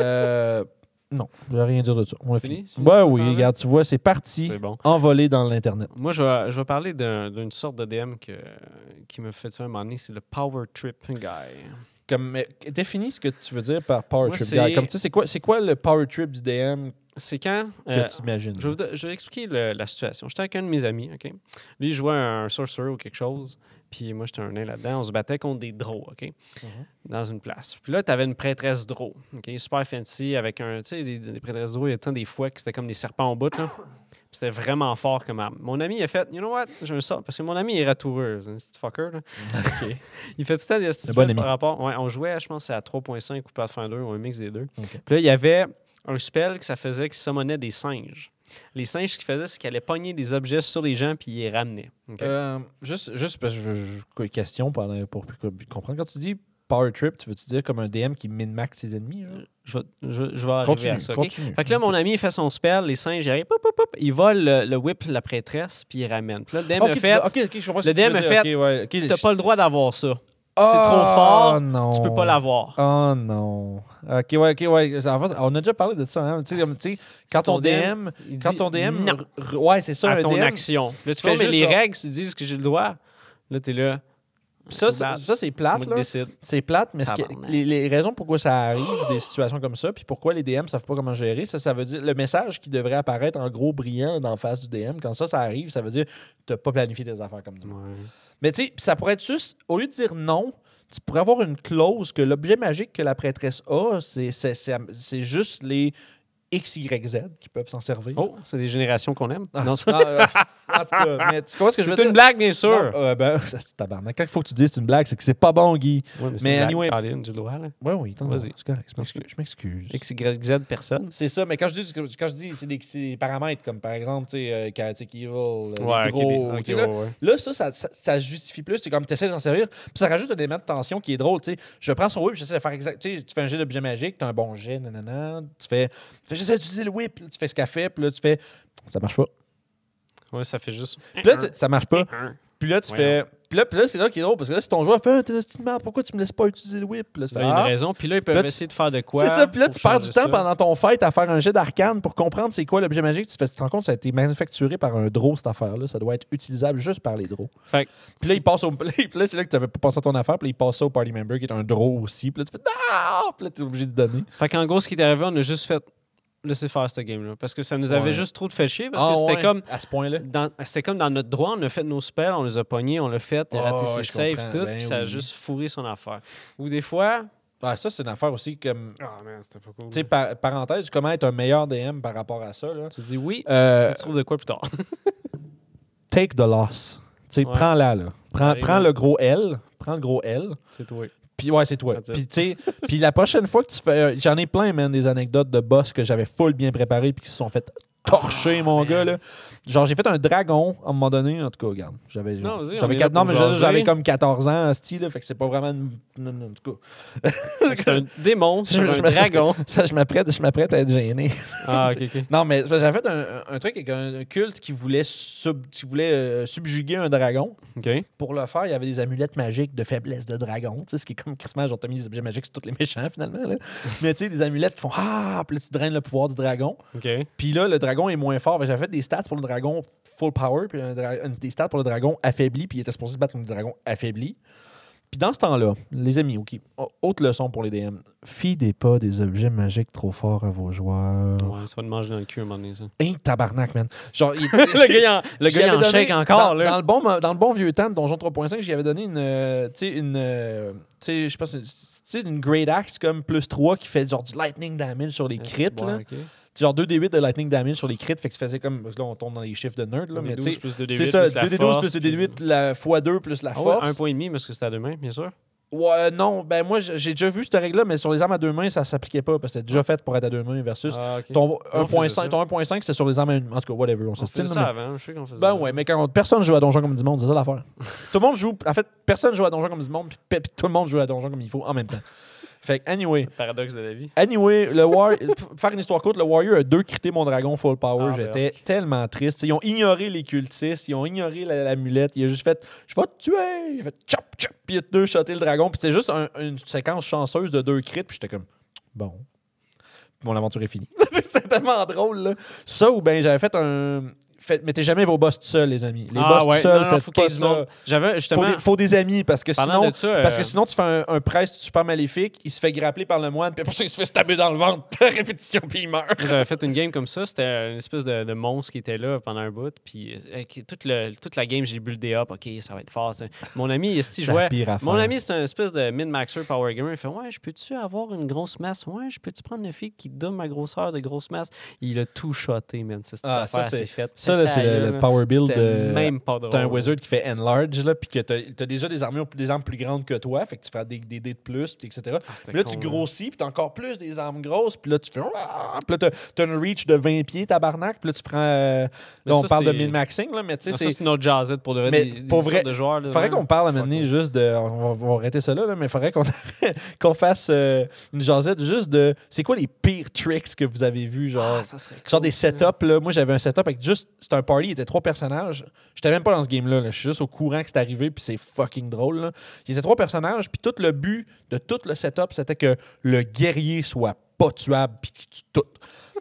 Non, je vais rien dire de ça. On a fini. Ouais, oui, regarde, tu vois, c'est parti. C'est bon. Envolé dans l'Internet. Moi, je vais parler d'une sorte de DM qui me fait ça un moment donné, c'est le Power Trip Guy. Définis ce que tu veux dire par Power Trip Guy. Comme, c'est quoi le Power Trip du DM? C'est quand... que tu imagines. Je vais expliquer la situation. J'étais avec un de mes amis, OK? Lui, il jouait un sorcerer ou quelque chose, puis moi, j'étais un nain là-dedans. On se battait contre des draws, OK? Dans une place. Puis là, tu avais une prêtresse draw, OK? Super fancy, avec un... Tu sais, les prêtresses draw, il y a tant des fois que c'était comme des serpents au bout, là. Puis c'était vraiment fort comme arme. Mon ami, il a fait, you know what? J'ai un sort. Parce que mon ami est ratoureux. C'est un petit fucker, là. OK. Il fait tout le temps des astuces par rapport... Ouais, on jouait, je pense, c'est à 3.5 ou Pathfinder ou un mix des deux. Okay. Puis là, il y avait un spell que ça faisait qui summonait des singes. Les singes, ce qu'ils faisaient, c'est qu'ils allaient pogner des objets sur les gens puis ils les ramenaient. Okay? Juste parce que une question pour comprendre. Quand tu dis Power Trip, tu veux-tu dire comme un DM qui min-max ses ennemis? Je vais arriver à ça. Okay? Fait que là, mon ami, il fait son spell, les singes, ils arrivent, il vole le whip, la prêtresse, puis il ramène. Puis là, le DM a fait... le DM a fait, t'as pas le droit d'avoir ça. C'est trop fort, non. Tu peux pas l'avoir. Oh non. OK, ouais. On a déjà parlé de ça. Hein? Quand ton DM... Non. Ouais, c'est ça, à un ton DM. Action. Là, tu fais, mais les règles, tu dis que j'ai le droit. Là, t'es là... Ça, c'est plate. Là. C'est plate, mais les raisons pourquoi ça arrive, des situations comme ça, puis pourquoi les DM ne savent pas comment gérer, ça veut dire le message qui devrait apparaître en gros brillant dans la face du DM, quand ça arrive, ça veut dire que tu n'as pas planifié tes affaires comme ça. Ouais. Mais tu sais, ça pourrait être juste, au lieu de dire non, tu pourrais avoir une clause que l'objet magique que la prêtresse a, c'est juste les XYZ qui peuvent s'en servir. Oh, c'est des générations qu'on aime. Non, en tout cas, mais tu comprends ce que je veux dire? C'est une blague, bien sûr. C'est tabarnak. Quand il faut que tu dises c'est une blague, c'est que c'est pas bon, Guy. Ouais, mais anyway. Caroline, j'ai le droit, là. Oui, vas-y. C'est correct. Je m'excuse. XYZ personne. C'est ça, mais quand je dis c'est des paramètres, comme par exemple, tu sais, Chaotic Evil, les gros. Là, ça se justifie plus. C'est comme tu essaies d'en servir. Puis ça rajoute un élément de tension qui est drôle. Tu sais, je prends son whip, j'essaie de faire exact. Tu fais un jet d'objet magique, tu as un bon jet, nanana. Tu fais j'essaie d'utiliser le whip, là, tu fais ce qu'elle fait, puis là, tu fais ça marche pas. Ouais, ça fait juste. Puis là, ça marche pas. Puis là, tu fais. Puis là, c'est là qui est drôle, parce que là, si ton joueur fait t'es une merde, pourquoi tu me laisses pas utiliser le whip? Là, il y a une raison, puis là, ils peuvent essayer de faire de quoi. C'est ça, puis là, tu perds du temps pendant ton fight à faire un jet d'arcane pour comprendre c'est quoi l'objet magique. Tu te rends compte que ça a été manufacturé par un draw, cette affaire-là. Ça doit être utilisable juste par les draws. Puis là, il passe Puis là, c'est là que tu n'avais pas pensé à ton affaire, puis là, il passe ça au party member qui est un draw aussi. Puis là, tu fais non! Puis là, tu es obligé de donner. Fait qu'en gros, ce qui est arrivé, on a juste fait. Laisser faire ce game-là. Parce que ça nous avait juste trop de fait chier. Parce que c'était comme. À ce point-là. C'était comme dans notre droit, on a fait nos spells, on les a pognés, on l'a fait, il a raté ses saves, tout, puis ça a juste fourré son affaire. Ou des fois. Ça, c'est une affaire aussi comme. Ah, man, c'était pas cool. Tu sais, parenthèse, comment être un meilleur DM par rapport à ça, là. Tu dis oui, tu trouves de quoi plus tard. Take the loss. Tu sais, prends-la, là. Prends le gros L. Prends le gros L. C'est toi. Puis ouais, c'est toi. That's it. Puis tu sais, puis la prochaine fois que tu fais... J'en ai plein, man, des anecdotes de boss que j'avais full bien préparé puis qui se sont fait torcher, mon gars, là. Genre, j'ai fait un dragon, à un moment donné. En tout cas, regarde. J'avais Non, vas-y, on j'avais est là non, pour mais jaser. j'avais comme 14 ans, style, là, fait que c'est pas vraiment... Non, en tout cas. Fait que c'est un démon sur un Je dragon. je m'apprête à être gêné. Ah, ok, ok. Non, mais j'avais fait un truc avec un culte qui voulait, subjuguer un dragon. Ok. Pour le faire, il y avait des amulettes magiques de faiblesse de dragon. Tu sais, ce qui est comme Christmas, genre, t'as mis des objets magiques sur tous les méchants, finalement. Là. Mais tu sais, des amulettes qui font Ah! Puis là, tu draines le pouvoir du dragon. Ok. Puis là, le dragon est moins fort. J'avais fait des stats pour le dragon full power, puis des stats pour le dragon affaibli, puis il était supposé se battre contre le dragon affaibli. Puis dans ce temps-là, les amis, OK, autre leçon pour les DM. Fidez pas des objets magiques trop forts à vos joueurs. Ouais, ça va te manger dans le cul un moment donné, ça. Hein, tabarnak, man. Genre, le gars, il en shake encore, là. Dans le bon vieux temps de Donjon 3.5, j'y avais donné je sais pas, une Great Axe comme +3 qui fait genre du lightning damage sur les crits, là. Ok. Genre 2d8 de lightning damage sur les crits, fait que ça faisait comme. Là, on tombe dans les chiffres de nerd, là, mais tu 2d12 sais. plus 2d8 C'est ça, plus la 2d12 force, plus 2d8, la x2 plus la Ah ouais, force. 1,5 parce que c'était à deux mains, bien sûr. Ouais, non, ben moi, j'ai déjà vu cette règle-là, mais sur les armes à deux mains, ça s'appliquait pas, parce que c'était déjà fait pour être à deux mains versus. Ah, ok. Ton On faisait ça. 1.5, c'est sur les armes à une. En tout cas, whatever, on On se faisait style. ça avant, je sais qu'on faisait Ben ça. ouais, mais quand personne joue à Donjon comme du monde, c'est ça l'affaire. Tout le monde joue. En fait, personne joue à Donjon comme du monde, puis tout le monde joue à Donjon comme il faut en même temps. Fait que, anyway. Paradoxe de la vie. Faire une histoire courte, le Warrior a 2 crité mon dragon full power. Ah, ben, J'étais tellement triste. Ils ont ignoré les cultistes, ils ont ignoré l'amulette. Il a juste fait Je vais te tuer. Il a fait chop, chop. Puis il a 2 shoté le dragon. Puis c'était juste une séquence chanceuse de 2 crits. Puis j'étais comme Bon. Mon aventure est finie. C'est tellement drôle, là. Ça, ou bien j'avais fait un. Mettez jamais vos boss tout seuls, les amis. Les boss tout seuls, faites pas ça. J'avais justement. Faut des amis parce que Parlant sinon, de ça, parce que sinon tu fais un prêtre super maléfique, il se fait grappler par le moine, puis après ça il se fait stabber dans le ventre par répétition puis il meurt. J'avais fait une game comme ça. C'était une espèce de monstre qui était là pendant un bout. Puis toute la game, j'ai buildé up. OK, ça va être fort. Ça. Mon ami, il jouait. Mon ami, c'est un espèce de min-maxer power gamer. Il fait Ouais, je peux-tu avoir une grosse masse Ouais, je peux-tu prendre une fille qui donne ma grosseur de grosse masse Il a tout shoté, man. Cette affaire, c'est fait. Ça, là, c'est le power build. Même pas drôle. T'as un wizard qui fait enlarge, là, puis que t'as déjà des armes plus grandes que toi, fait que tu fais des dés de plus, puis etc. Puis là, tu grossis, puis t'as encore plus des armes grosses, puis là, tu fais. Puis là, t'as un reach de 20 pieds, tabarnak, puis là, tu prends. Là, on parle de min-maxing, là, mais tu sais. Ça, c'est notre jazzette pour de vrai. Des vrai, de joueurs. Là, faudrait qu'on parle à un moment donné juste de. On va arrêter ça là, mais il faudrait qu'on fasse une jazzette juste de. C'est quoi les pires tricks que vous avez vus, genre. Genre des setups, là. Moi, j'avais un setup avec juste. C'était un party, il était 3 personnages. J'étais même pas dans ce game-là. Là. Je suis juste au courant que c'est arrivé, puis c'est fucking drôle. Là. Il était 3 personnages, puis tout le but de tout le setup, c'était que le guerrier soit pas tuable, puis qu'il tue tout.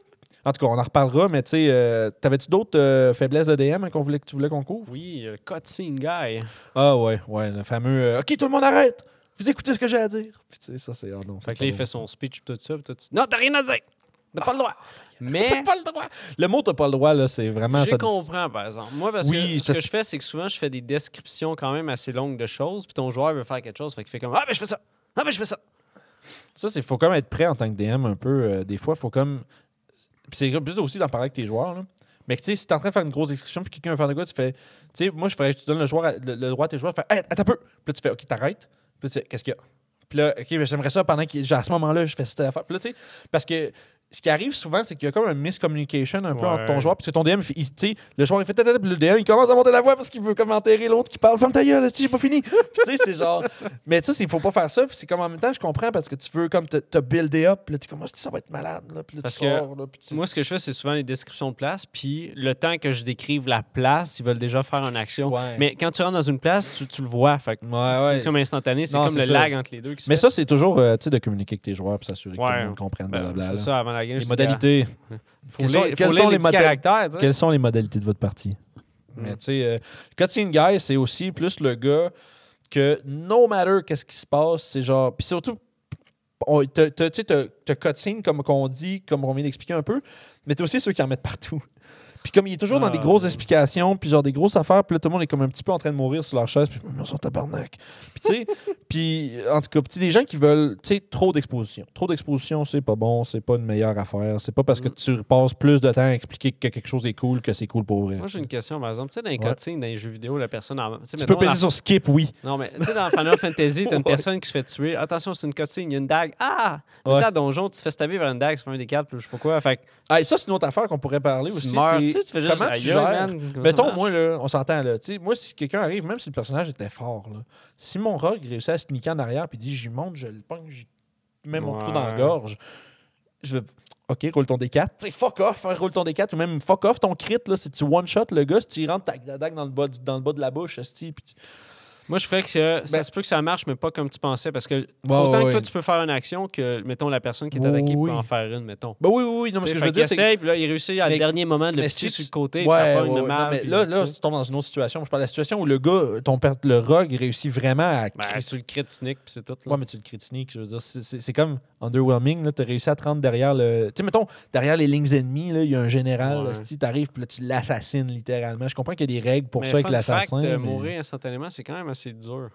En tout cas, on en reparlera, mais tu sais, t'avais-tu d'autres faiblesses de DM que tu voulais qu'on couvre? Oui, le cutscene guy. Ah ouais, le fameux OK, tout le monde arrête! Vous écoutez ce que j'ai à dire. Puis tu sais, ça c'est. Oh non, fait que là, il fait son speech, tout ça, puis tout ça. Non, t'as rien à dire! T'as pas le droit! Mais. T'as pas le droit! Le mot t'as pas le droit, là, c'est vraiment. Je comprends, par exemple. Moi, parce Oui, que ce que je fais, c'est que souvent, je fais des descriptions quand même assez longues de choses, puis ton joueur veut faire quelque chose, fait qu'il fait comme Ah, ben je fais ça! Ah, ben je fais ça! Ça, c'est faut comme être prêt en tant que DM un peu. Des fois, faut comme. Puis c'est plus aussi d'en parler avec tes joueurs, là. Mais tu sais, si t'es en train de faire une grosse description, puis quelqu'un veut faire de quoi, tu fais. Tu sais, moi, je ferais que tu donnes le droit à tes joueurs, tu fais Hey, attends un peu! Puis là, tu fais OK, t'arrêtes. Puis là, tu fais Qu'est-ce qu'il y a? Puis là, OK, j'aimerais ça pendant à ce moment-là, je fais cette affaire. Puis là, tu sais, parce que ce qui arrive souvent, c'est qu'il y a comme un miscommunication un peu entre ton joueur, parce que ton DM, tu sais, le joueur, il fait tête, puis le DM, il commence à monter la voix parce qu'il veut comme enterrer l'autre qui parle. Ferme ta gueule, j'ai pas fini. Puis tu sais, c'est genre. Mais tu sais, il faut pas faire ça. C'est comme en même temps, je comprends parce que tu veux comme te builder up, puis là, t'es comme, ça va être malade. Là, puis là, parce tu sors, là, puis moi, ce que je fais, c'est souvent les descriptions de place, puis le temps que je décrive la place, ils veulent déjà faire une action. Ouais. Mais quand tu rentres dans une place, tu le vois. Fait que c'est comme instantané, c'est comme le lag entre les deux. Mais ça, c'est toujours tu sais, de communiquer avec tes joueurs, puis s'assurer que tout le monde comprenne. Je fais ça avant la game. Les modalités. Quels sont les caractères? Quelles sont les modalités de votre partie? Mais tu sais, Cutscene Guy, c'est aussi plus le gars que no matter qu'est-ce qui se passe, c'est genre. Puis surtout, t'as cutscene comme on dit, comme on vient d'expliquer un peu, mais t'as aussi ceux qui en mettent partout. Puis comme il est toujours dans des grosses explications, puis genre des grosses affaires, puis là, tout le monde est comme un petit peu en train de mourir sur leur chaise, puis on s'en tabarnak. Puis tu sais, puis en tout cas, des gens qui veulent, tu sais, trop d'exposition. Trop d'exposition, c'est pas bon, c'est pas une meilleure affaire. C'est pas parce que tu passes plus de temps à expliquer que quelque chose est cool que c'est cool pour vrai. Moi, j'ai une question, par exemple. Tu sais, dans les cutscenes, dans les jeux vidéo, la personne... Tu peux peser sur skip, oui. Non, mais tu sais, dans Final Fantasy, t'as une personne qui se fait tuer. Attention, c'est une cutscene, il y a une dague. Ah! Tu sais, à Donjon, tu te fais stabber vers une dague, ça fait un des 4, puis je sais pas quoi. Fait ça, c'est une autre affaire qu'on pourrait parler aussi. Meurs, tu fais juste comment tu gères. Mettons, moi, là, on s'entend, là. Tu sais, moi, si quelqu'un arrive, même si le personnage était fort, là, si mon rogue réussit à sneaker en arrière puis dit j'y monte, je le pogne, j'y mets mon couteau dans la gorge, je vais. OK, roule ton D4. Tu sais, fuck off, hein, roule ton D4 ou même fuck off ton crit, là, si tu one-shot le gars, si tu rentres ta dague dans le bas de la bouche, puis moi, je ferais que ça se peut que ça marche, mais pas comme tu pensais. Parce que autant que toi, tu peux faire une action que, mettons, la personne qui est attaquée peut en faire une, mettons. Oui. Non, mais ce que je veux dire, c'est que... Là, il réussit à le dernier moment de le pitcher sur le côté, puis ça pas une mal. Mais là, tu tombes dans une autre situation. Je parle de la situation où le gars, le rogue, réussit vraiment à... tu le crit sneak, puis c'est tout. Là. Ouais, mais tu le crit sneak. Je veux dire, c'est comme underwhelming. Tu as réussi à te rendre derrière le... Tu sais, mettons, derrière les lignes ennemies, il y a un général. Tu arrives, puis là, tu l'assassines littéralement. Je comprends qu'il y a des règles pour ça avec l'assassin. Mais mourir instantanément, c'est quand même assez dur.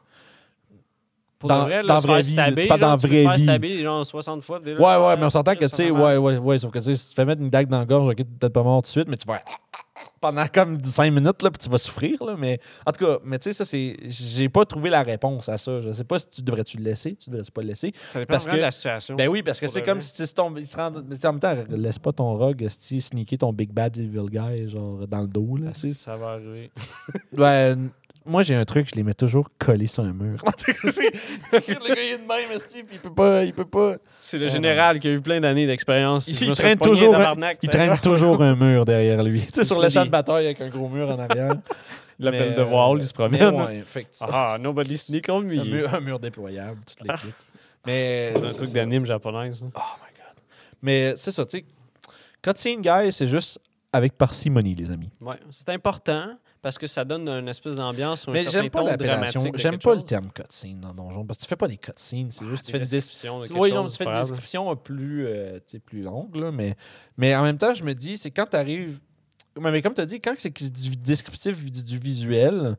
Dans la vraie vie, tu parles dans la vraie vie. Stabber, genre 60 fois. Ouais, mais on s'entend que, tu sais, ouais, sauf que, tu sais, si tu te fais mettre une dague dans la gorge, ok, t'es peut-être pas mort tout de suite, mais tu vas pendant comme 5 minutes, là, puis tu vas souffrir, là, mais en tout cas, mais tu sais, ça, c'est... J'ai pas trouvé la réponse à ça. Je sais pas si tu devrais-tu le laisser, tu devrais-tu pas le laisser. Ça dépend vraiment de la situation. Ben oui, parce que c'est comme si tu tombes... En même temps, laisse pas ton rogue sneaker ton big bad evil guy, genre, dans le dos, là, tu sais. Ça va arriver. Ouais... Moi, j'ai un truc, je les mets toujours collés sur un mur. Le gars, il est de même, puis il peut pas. C'est le général qui a eu plein d'années d'expérience. Il traîne toujours un mur derrière lui. Tu sais, sur le champ de bataille avec un gros mur en arrière. Il l'appelle The Wall, il se promène. Nobody sneak on me. Un mur déployable, toute l'équipe. Mais c'est un truc d'anime japonais. Oh my God. Mais c'est ça, tu sais. Cutscene Guy, c'est juste avec parcimonie, les amis. Ouais, c'est important. Parce que ça donne une espèce d'ambiance ou un mais certain ton dramatique. J'aime pas le terme cutscene dans Donjon. Parce que tu fais pas des cutscenes. C'est juste tu fais une description. Tu fais une description plus longue. Là, mais en même temps, je me dis, c'est quand tu arrives. Mais comme tu as dit, quand c'est du descriptif du visuel,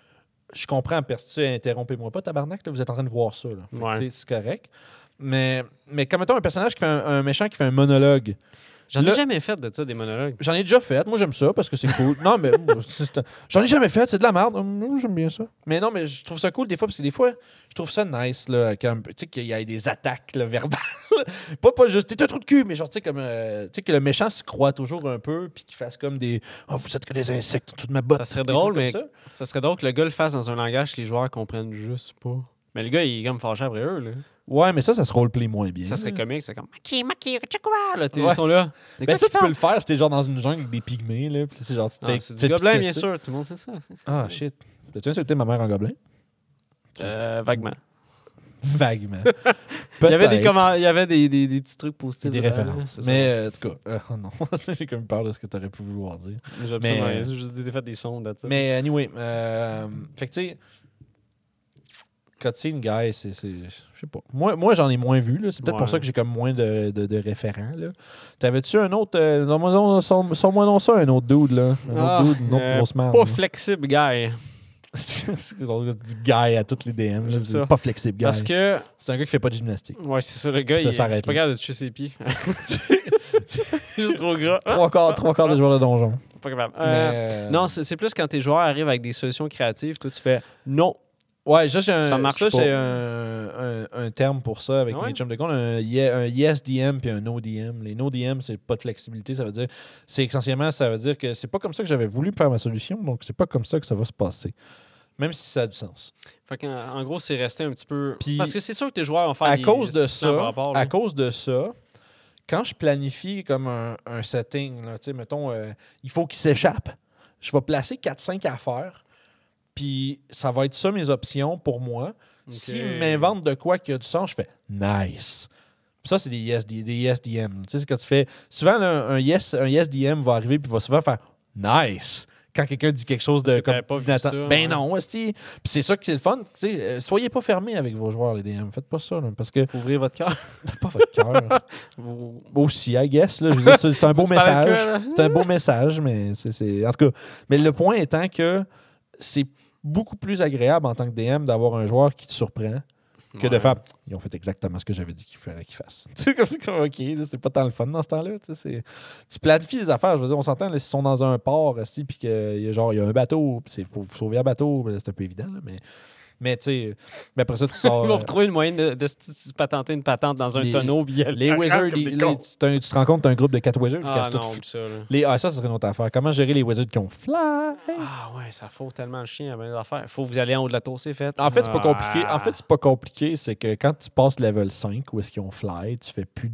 je comprends. Interrompez-moi pas, tabarnak. Là, vous êtes en train de voir ça. Là. C'est correct. Mais comme mettons un personnage qui fait un méchant qui fait un monologue. J'en ai jamais fait de ça, des monologues. J'en ai déjà fait. Moi, j'aime ça parce que c'est cool. Non, mais j'en ai jamais fait. C'est de la merde. Moi, j'aime bien ça. Mais non, mais je trouve ça cool des fois parce que des fois, je trouve ça nice là, tu sais, qu'il y ait des attaques là, verbales. pas juste t'es un trou de cul, mais genre, tu sais, comme tu sais, que le méchant se croit toujours un peu puis qu'il fasse comme des vous êtes que des insectes, toute ma botte. Ça serait drôle, mais ça serait drôle que le gars le fasse dans un langage que les joueurs comprennent juste pas. Mais le gars, il est comme fâché après eux, là. Ouais, mais ça se roleplay moins bien. Ça serait comique, c'est comme Maki, là, ils sont là. Ben ça, tu peux le faire si t'es genre dans une jungle avec des pygmées, là. Puis c'est genre, c'est du gobelin, bien sûr, tout le monde sait ça. Ah, shit. T'as-tu insulté ma mère en gobelin? Vaguement. Vaguement. Il y avait des petits trucs positifs. Des références. Mais en tout cas, non. J'ai comme peur de ce que t'aurais pu vouloir dire. J'ai absolument rien. J'ai fait des sons là. Mais anyway, fait que tu sais, Cutscene Guy, c'est je sais pas. Moi j'en ai moins vu. Là. C'est peut-être pour ça que j'ai comme moins de référents. Là. T'avais-tu un autre... Sors-moi non ça, un autre dude. Là. Un autre dude, une autre grosse merde. Pas flexible guy. C'est du guy à toutes les DM. Là. Pas flexible guy. Parce que... C'est un gars qui fait pas de gymnastique. Ouais, c'est ça. Le gars, il est pas capable de toucher ses pieds. Juste trop gras. Trois quarts des joueurs de donjon. Pas capable. Non, c'est plus quand tes joueurs arrivent avec des solutions créatives. Toi, tu fais non. Ouais, j'ai un terme pour ça avec mes chums de con. Un yes DM puis un no DM. Les no DM, c'est pas de flexibilité. Ça veut dire, ça veut dire que c'est pas comme ça que j'avais voulu faire ma solution, donc c'est pas comme ça que ça va se passer. Même si ça a du sens. Fait en gros, c'est resté un petit peu... Parce que c'est sûr que tes joueurs vont faire à cause de ça, quand je planifie comme un setting, là, mettons, il faut qu'il s'échappe, je vais placer 4-5 affaires. Puis ça va être ça mes options pour moi. Okay. S'ils m'inventent de quoi qui a du sens, je fais nice. Puis ça, c'est des yes DM. Tu sais, quand tu fais. Souvent, là, un yes DM va arriver puis va souvent faire nice quand quelqu'un dit quelque chose Parce de que t'avais pas vu inattendu. ça, Ben ouais. non, esti. Puis c'est ça que c'est le fun. Soyez pas fermés avec vos joueurs, les DM. Faites pas ça, là, parce que Faut ouvrir votre cœur. pas votre cœur. Vous- Aussi, I guess. Là, je veux dire, c'est un beau Vous parlez le message. cœur, là. C'est un beau message, mais c'est. En tout cas, mais le point étant que c'est beaucoup plus agréable en tant que DM d'avoir un joueur qui te surprend que de Ouais. faire. Ils ont fait exactement ce que j'avais dit qu'il fallait qu'ils fassent. Tu sais, comme c'est comme, OK, là, c'est pas tant le fun dans ce temps-là. Tu planifies les affaires. Je veux dire, on s'entend, là, s'ils sont dans un port, puis qu'il y a un bateau, puis il faut sauver un bateau, ben, c'est un peu évident, là, mais tu sais, mais après ça, tu sors. Ils vont retrouver le moyen de patenter une patente dans un les- tonneau. Puis Les wizards, tu te rends compte, tu as un groupe de 4 wizards qui Ah cassent tout non, oublie ça. Là. ça serait une autre affaire. Comment gérer les wizards qui ont fly? Ah ouais, ça faut tellement le chien à bien des affaires. Faut que vous allez en haut de la tour, c'est fait. En fait, c'est pas compliqué. Ah. En fait, c'est pas compliqué. C'est que quand tu passes level 5, où est-ce qu'ils ont fly, tu fais plus.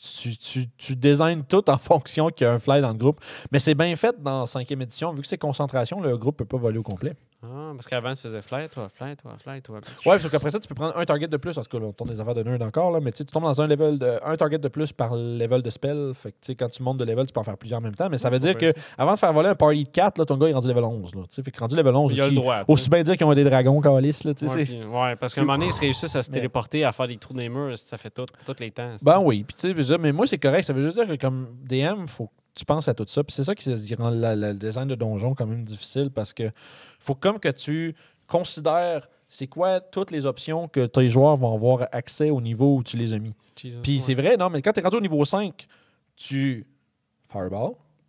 Tu designs tout en fonction qu'il y a un fly dans le groupe. Mais c'est bien fait dans 5e édition. Vu que c'est concentration, le groupe peut pas voler au complet. Ah, parce qu'avant, tu faisais fly, toi. Ouais, sauf qu'après ça, tu peux prendre un target de plus. En tout cas, là, on tourne des affaires de nerd encore, là, mais tu sais, tu tombes dans un level de un target de plus par level de spell. Fait que tu sais, quand tu montes de level, tu peux en faire plusieurs en même temps. Mais ça veut dire que avant de faire voler un party de 4, là, ton gars est rendu level 11. Là, tu sais. Fait que rendu level 11, Il a le aussi, droit. tu sais. aussi bien dire qu'ils ont des dragons, Calice. Là, tu sais, Ouais, c'est- puis- ouais, parce qu'à un moment donné, ils se réussissent à se Mais- téléporter, à faire des trous dans les murs, ça fait tous les temps. Ben oui, puis tu sais, je veux dire, mais moi c'est correct. Ça veut juste dire que comme DM, faut que tu penses à tout ça. Puis c'est ça qui rend le design de donjon quand même difficile parce que faut comme que tu considères c'est quoi toutes les options que tes joueurs vont avoir accès au niveau où tu les as mis. Jesus, Puis ouais. c'est vrai, non, mais quand tu es rendu au niveau 5, tu Fireball,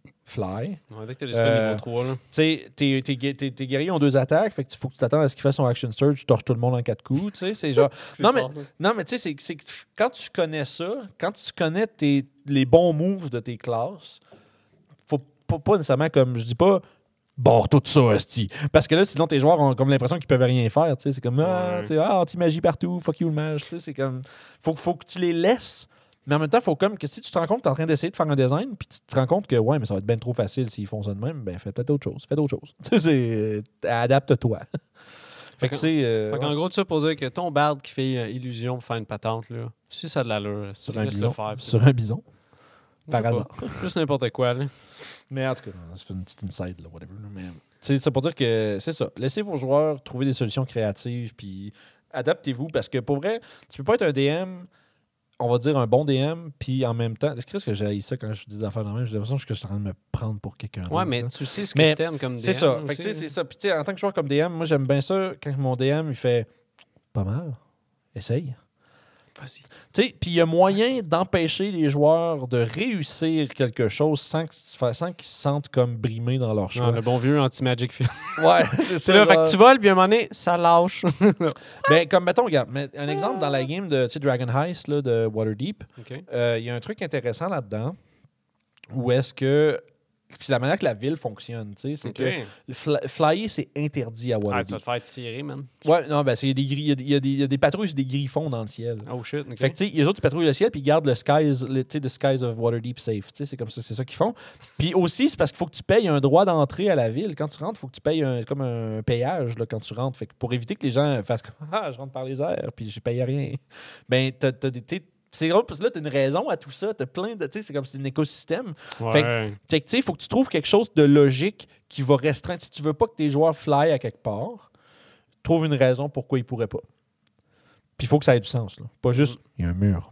Fly. Ouais, dès que t'as les spells niveau 3, là. Tu sais, tes guerriers ont 2 attaques, fait que faut que tu t'attendes à ce qu'il fasse son action surge, tu torches tout le monde en 4 coups. Tu sais, c'est genre. Non, mais- Non, mais tu sais, c'est que quand tu connais ça, quand tu connais les bons moves de tes classes, faut pas nécessairement comme. Je dis pas. Barre tout ça, esti. Parce que là, sinon, tes joueurs ont comme l'impression qu'ils peuvent rien faire. Tu sais, c'est comme, Ouais. tu sais, anti-magie partout, fuck you le mage. Tu sais, c'est comme. Faut que tu les laisses. Mais en même temps, faut comme que si tu te rends compte que tu es en train d'essayer de faire un design, puis tu te rends compte que, ouais, mais ça va être bien trop facile s'ils font ça de même, ben fais peut-être autre chose. Fais d'autres choses. Tu sais, adapte-toi. Fait que, tu sais. Fait qu'en gros, tu sais, pour dire que ton bard qui fait illusion pour faire une patente, là, si ça a de l'allure, si sur un laisse le bison. faire. puis Sur un bison. je par sais pas. hasard. Juste n'importe quoi, là. Mais en tout cas, c'est une petite inside, là, whatever. là, Mais c'est pour dire que c'est ça. Laissez vos joueurs trouver des solutions créatives, puis adaptez-vous, parce que pour vrai, tu peux pas être un DM, on va dire un bon DM, puis en même temps. Est-ce que j'ai ça quand je dis des affaires dans le même? J'ai l'impression que je suis en train de me prendre pour quelqu'un d'autre. Ouais, mais là. tu sais ce que Mais t'aimes comme DM. C'est ça. aussi, Fait que, tu sais, là. c'est ça. Puis, tu sais, en tant que joueur comme DM, moi, j'aime bien ça quand mon DM, il fait pas mal. Essaye. Vas-y. Tu sais, puis il y a moyen d'empêcher les joueurs de réussir quelque chose sans qu'ils se sentent comme brimés dans leur choix. Non, le bon vieux anti-magic film. Ouais, c'est C'est là, fait que tu voles, puis à un moment donné, ça lâche. Ben, comme, mettons, regarde, un exemple dans la game de tu sais, Dragon Heist là, de Waterdeep, OK. il y a un truc intéressant là-dedans où est-ce que. Puis c'est la manière que la ville fonctionne, tu sais, c'est OK. que flyer, c'est interdit à Ah, tu vas Waterdeep. te faire tirer, man. Ouais, non, ben, il y a des patrouilles sur des griffons dans le ciel. Oh shit, OK. Fait que, tu sais, les autres, ils patrouillent le ciel puis ils gardent the skies of Waterdeep safe. Tu sais, c'est comme ça, c'est ça qu'ils font. Puis aussi, c'est parce qu'il faut que tu payes un droit d'entrée à la ville. Quand tu rentres, il faut que tu payes comme un payage là, quand tu rentres. Fait que pour éviter que les gens fassent comme ah, je rentre par les airs puis j'ai payé rien. Ben, c'est drôle parce que là, tu as une raison à tout ça. Tu as plein de. Tu sais, c'est comme c'est un écosystème. Ouais. Fait que, tu sais, il faut que tu trouves quelque chose de logique qui va restreindre. Si tu veux pas que tes joueurs fly à quelque part, trouve une raison pourquoi ils pourraient pas. Puis il faut que ça ait du sens. Là. Pas juste, il y a un mur.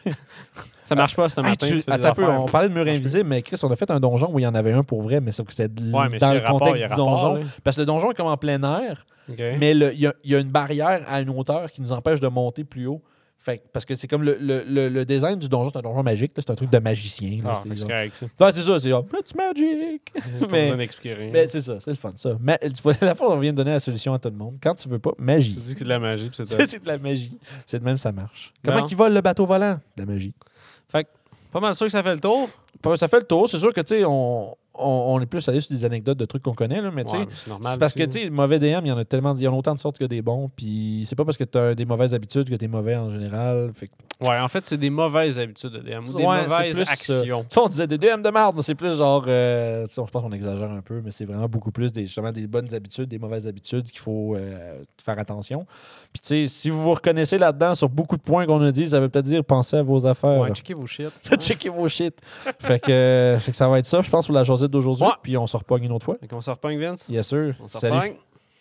Ça marche pas ce Hey, matin. tu fais des attends un peu, affaires. on parlait de mur marche invisible, mais Chris, on a fait un donjon où il y en avait un pour vrai, mais sauf que c'était Ouais, mais dans c'est le contexte il y a du rapport, donjon. là. Parce que le donjon est comme en plein air, OK. mais il y a une barrière à une hauteur qui nous empêche de monter plus haut. Fait que- parce que c'est comme le design du donjon, c'est un donjon magique, là, c'est un truc de magicien. Là, Ah, fait que c'est genre- correct, ça. Ouais, c'est ça, c'est genre, it's magic. Pas Mais- besoin d'expliquer rien. Mais c'est ça, c'est le fun. Ça. Tu vois, la fois, on vient de donner la solution à tout le monde. Quand tu veux pas, Tu magie. dis que c'est de la magie, puis c'est Ça, top. c'est de la magie. C'est de même, ça marche. Comment Bon. qu'ils volent le bateau volant? De la magie. Pas mal sûr que ça fait le tour. Ça fait le tour. C'est sûr que, tu sais, on est plus allé sur des anecdotes de trucs qu'on connaît, là, mais tu sais, Ouais, c'est normal. c'est parce que, aussi, tu sais, mauvais DM, il y en a autant de sortes que des bons. Puis c'est pas parce que tu as des mauvaises habitudes que tu es mauvais en général. Fait que Ouais, en fait, c'est des mauvaises habitudes de DM ou des Ouais, mauvaises c'est plus, actions. on disait des DM de merde, mais c'est plus genre. Je pense qu'on exagère un peu, mais c'est vraiment beaucoup plus justement des bonnes habitudes, des mauvaises habitudes qu'il faut faire attention. Puis, tu sais, si vous vous reconnaissez là-dedans sur beaucoup de points qu'on a dit, ça veut peut-être dire pensez à vos affaires. Ouais, checkez vos shit. Checkez vos shit. fait que ça va être ça, je pense, pour la Josette d'aujourd'hui. Ouais. Puis on se repogne une autre fois. Fait qu'on se repogne, Vince. Yes, sir. On se Salut. repogne.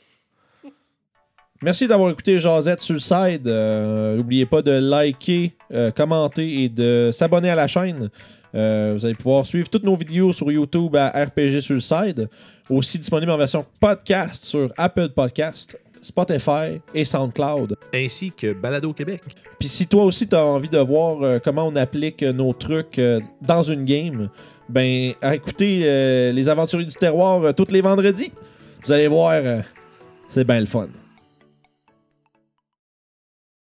Merci d'avoir écouté Josette sur le side. N'oubliez pas de liker, commenter et de s'abonner à la chaîne. Vous allez pouvoir suivre toutes nos vidéos sur YouTube à RPG sur le side. Aussi disponible en version podcast sur Apple Podcast, Spotify et SoundCloud. Ainsi que Balado Québec. Puis si toi aussi tu as envie de voir comment on applique nos trucs dans une game, ben écoutez Les Aventuriers du Terroir tous les vendredis. Vous allez voir, c'est bien le fun.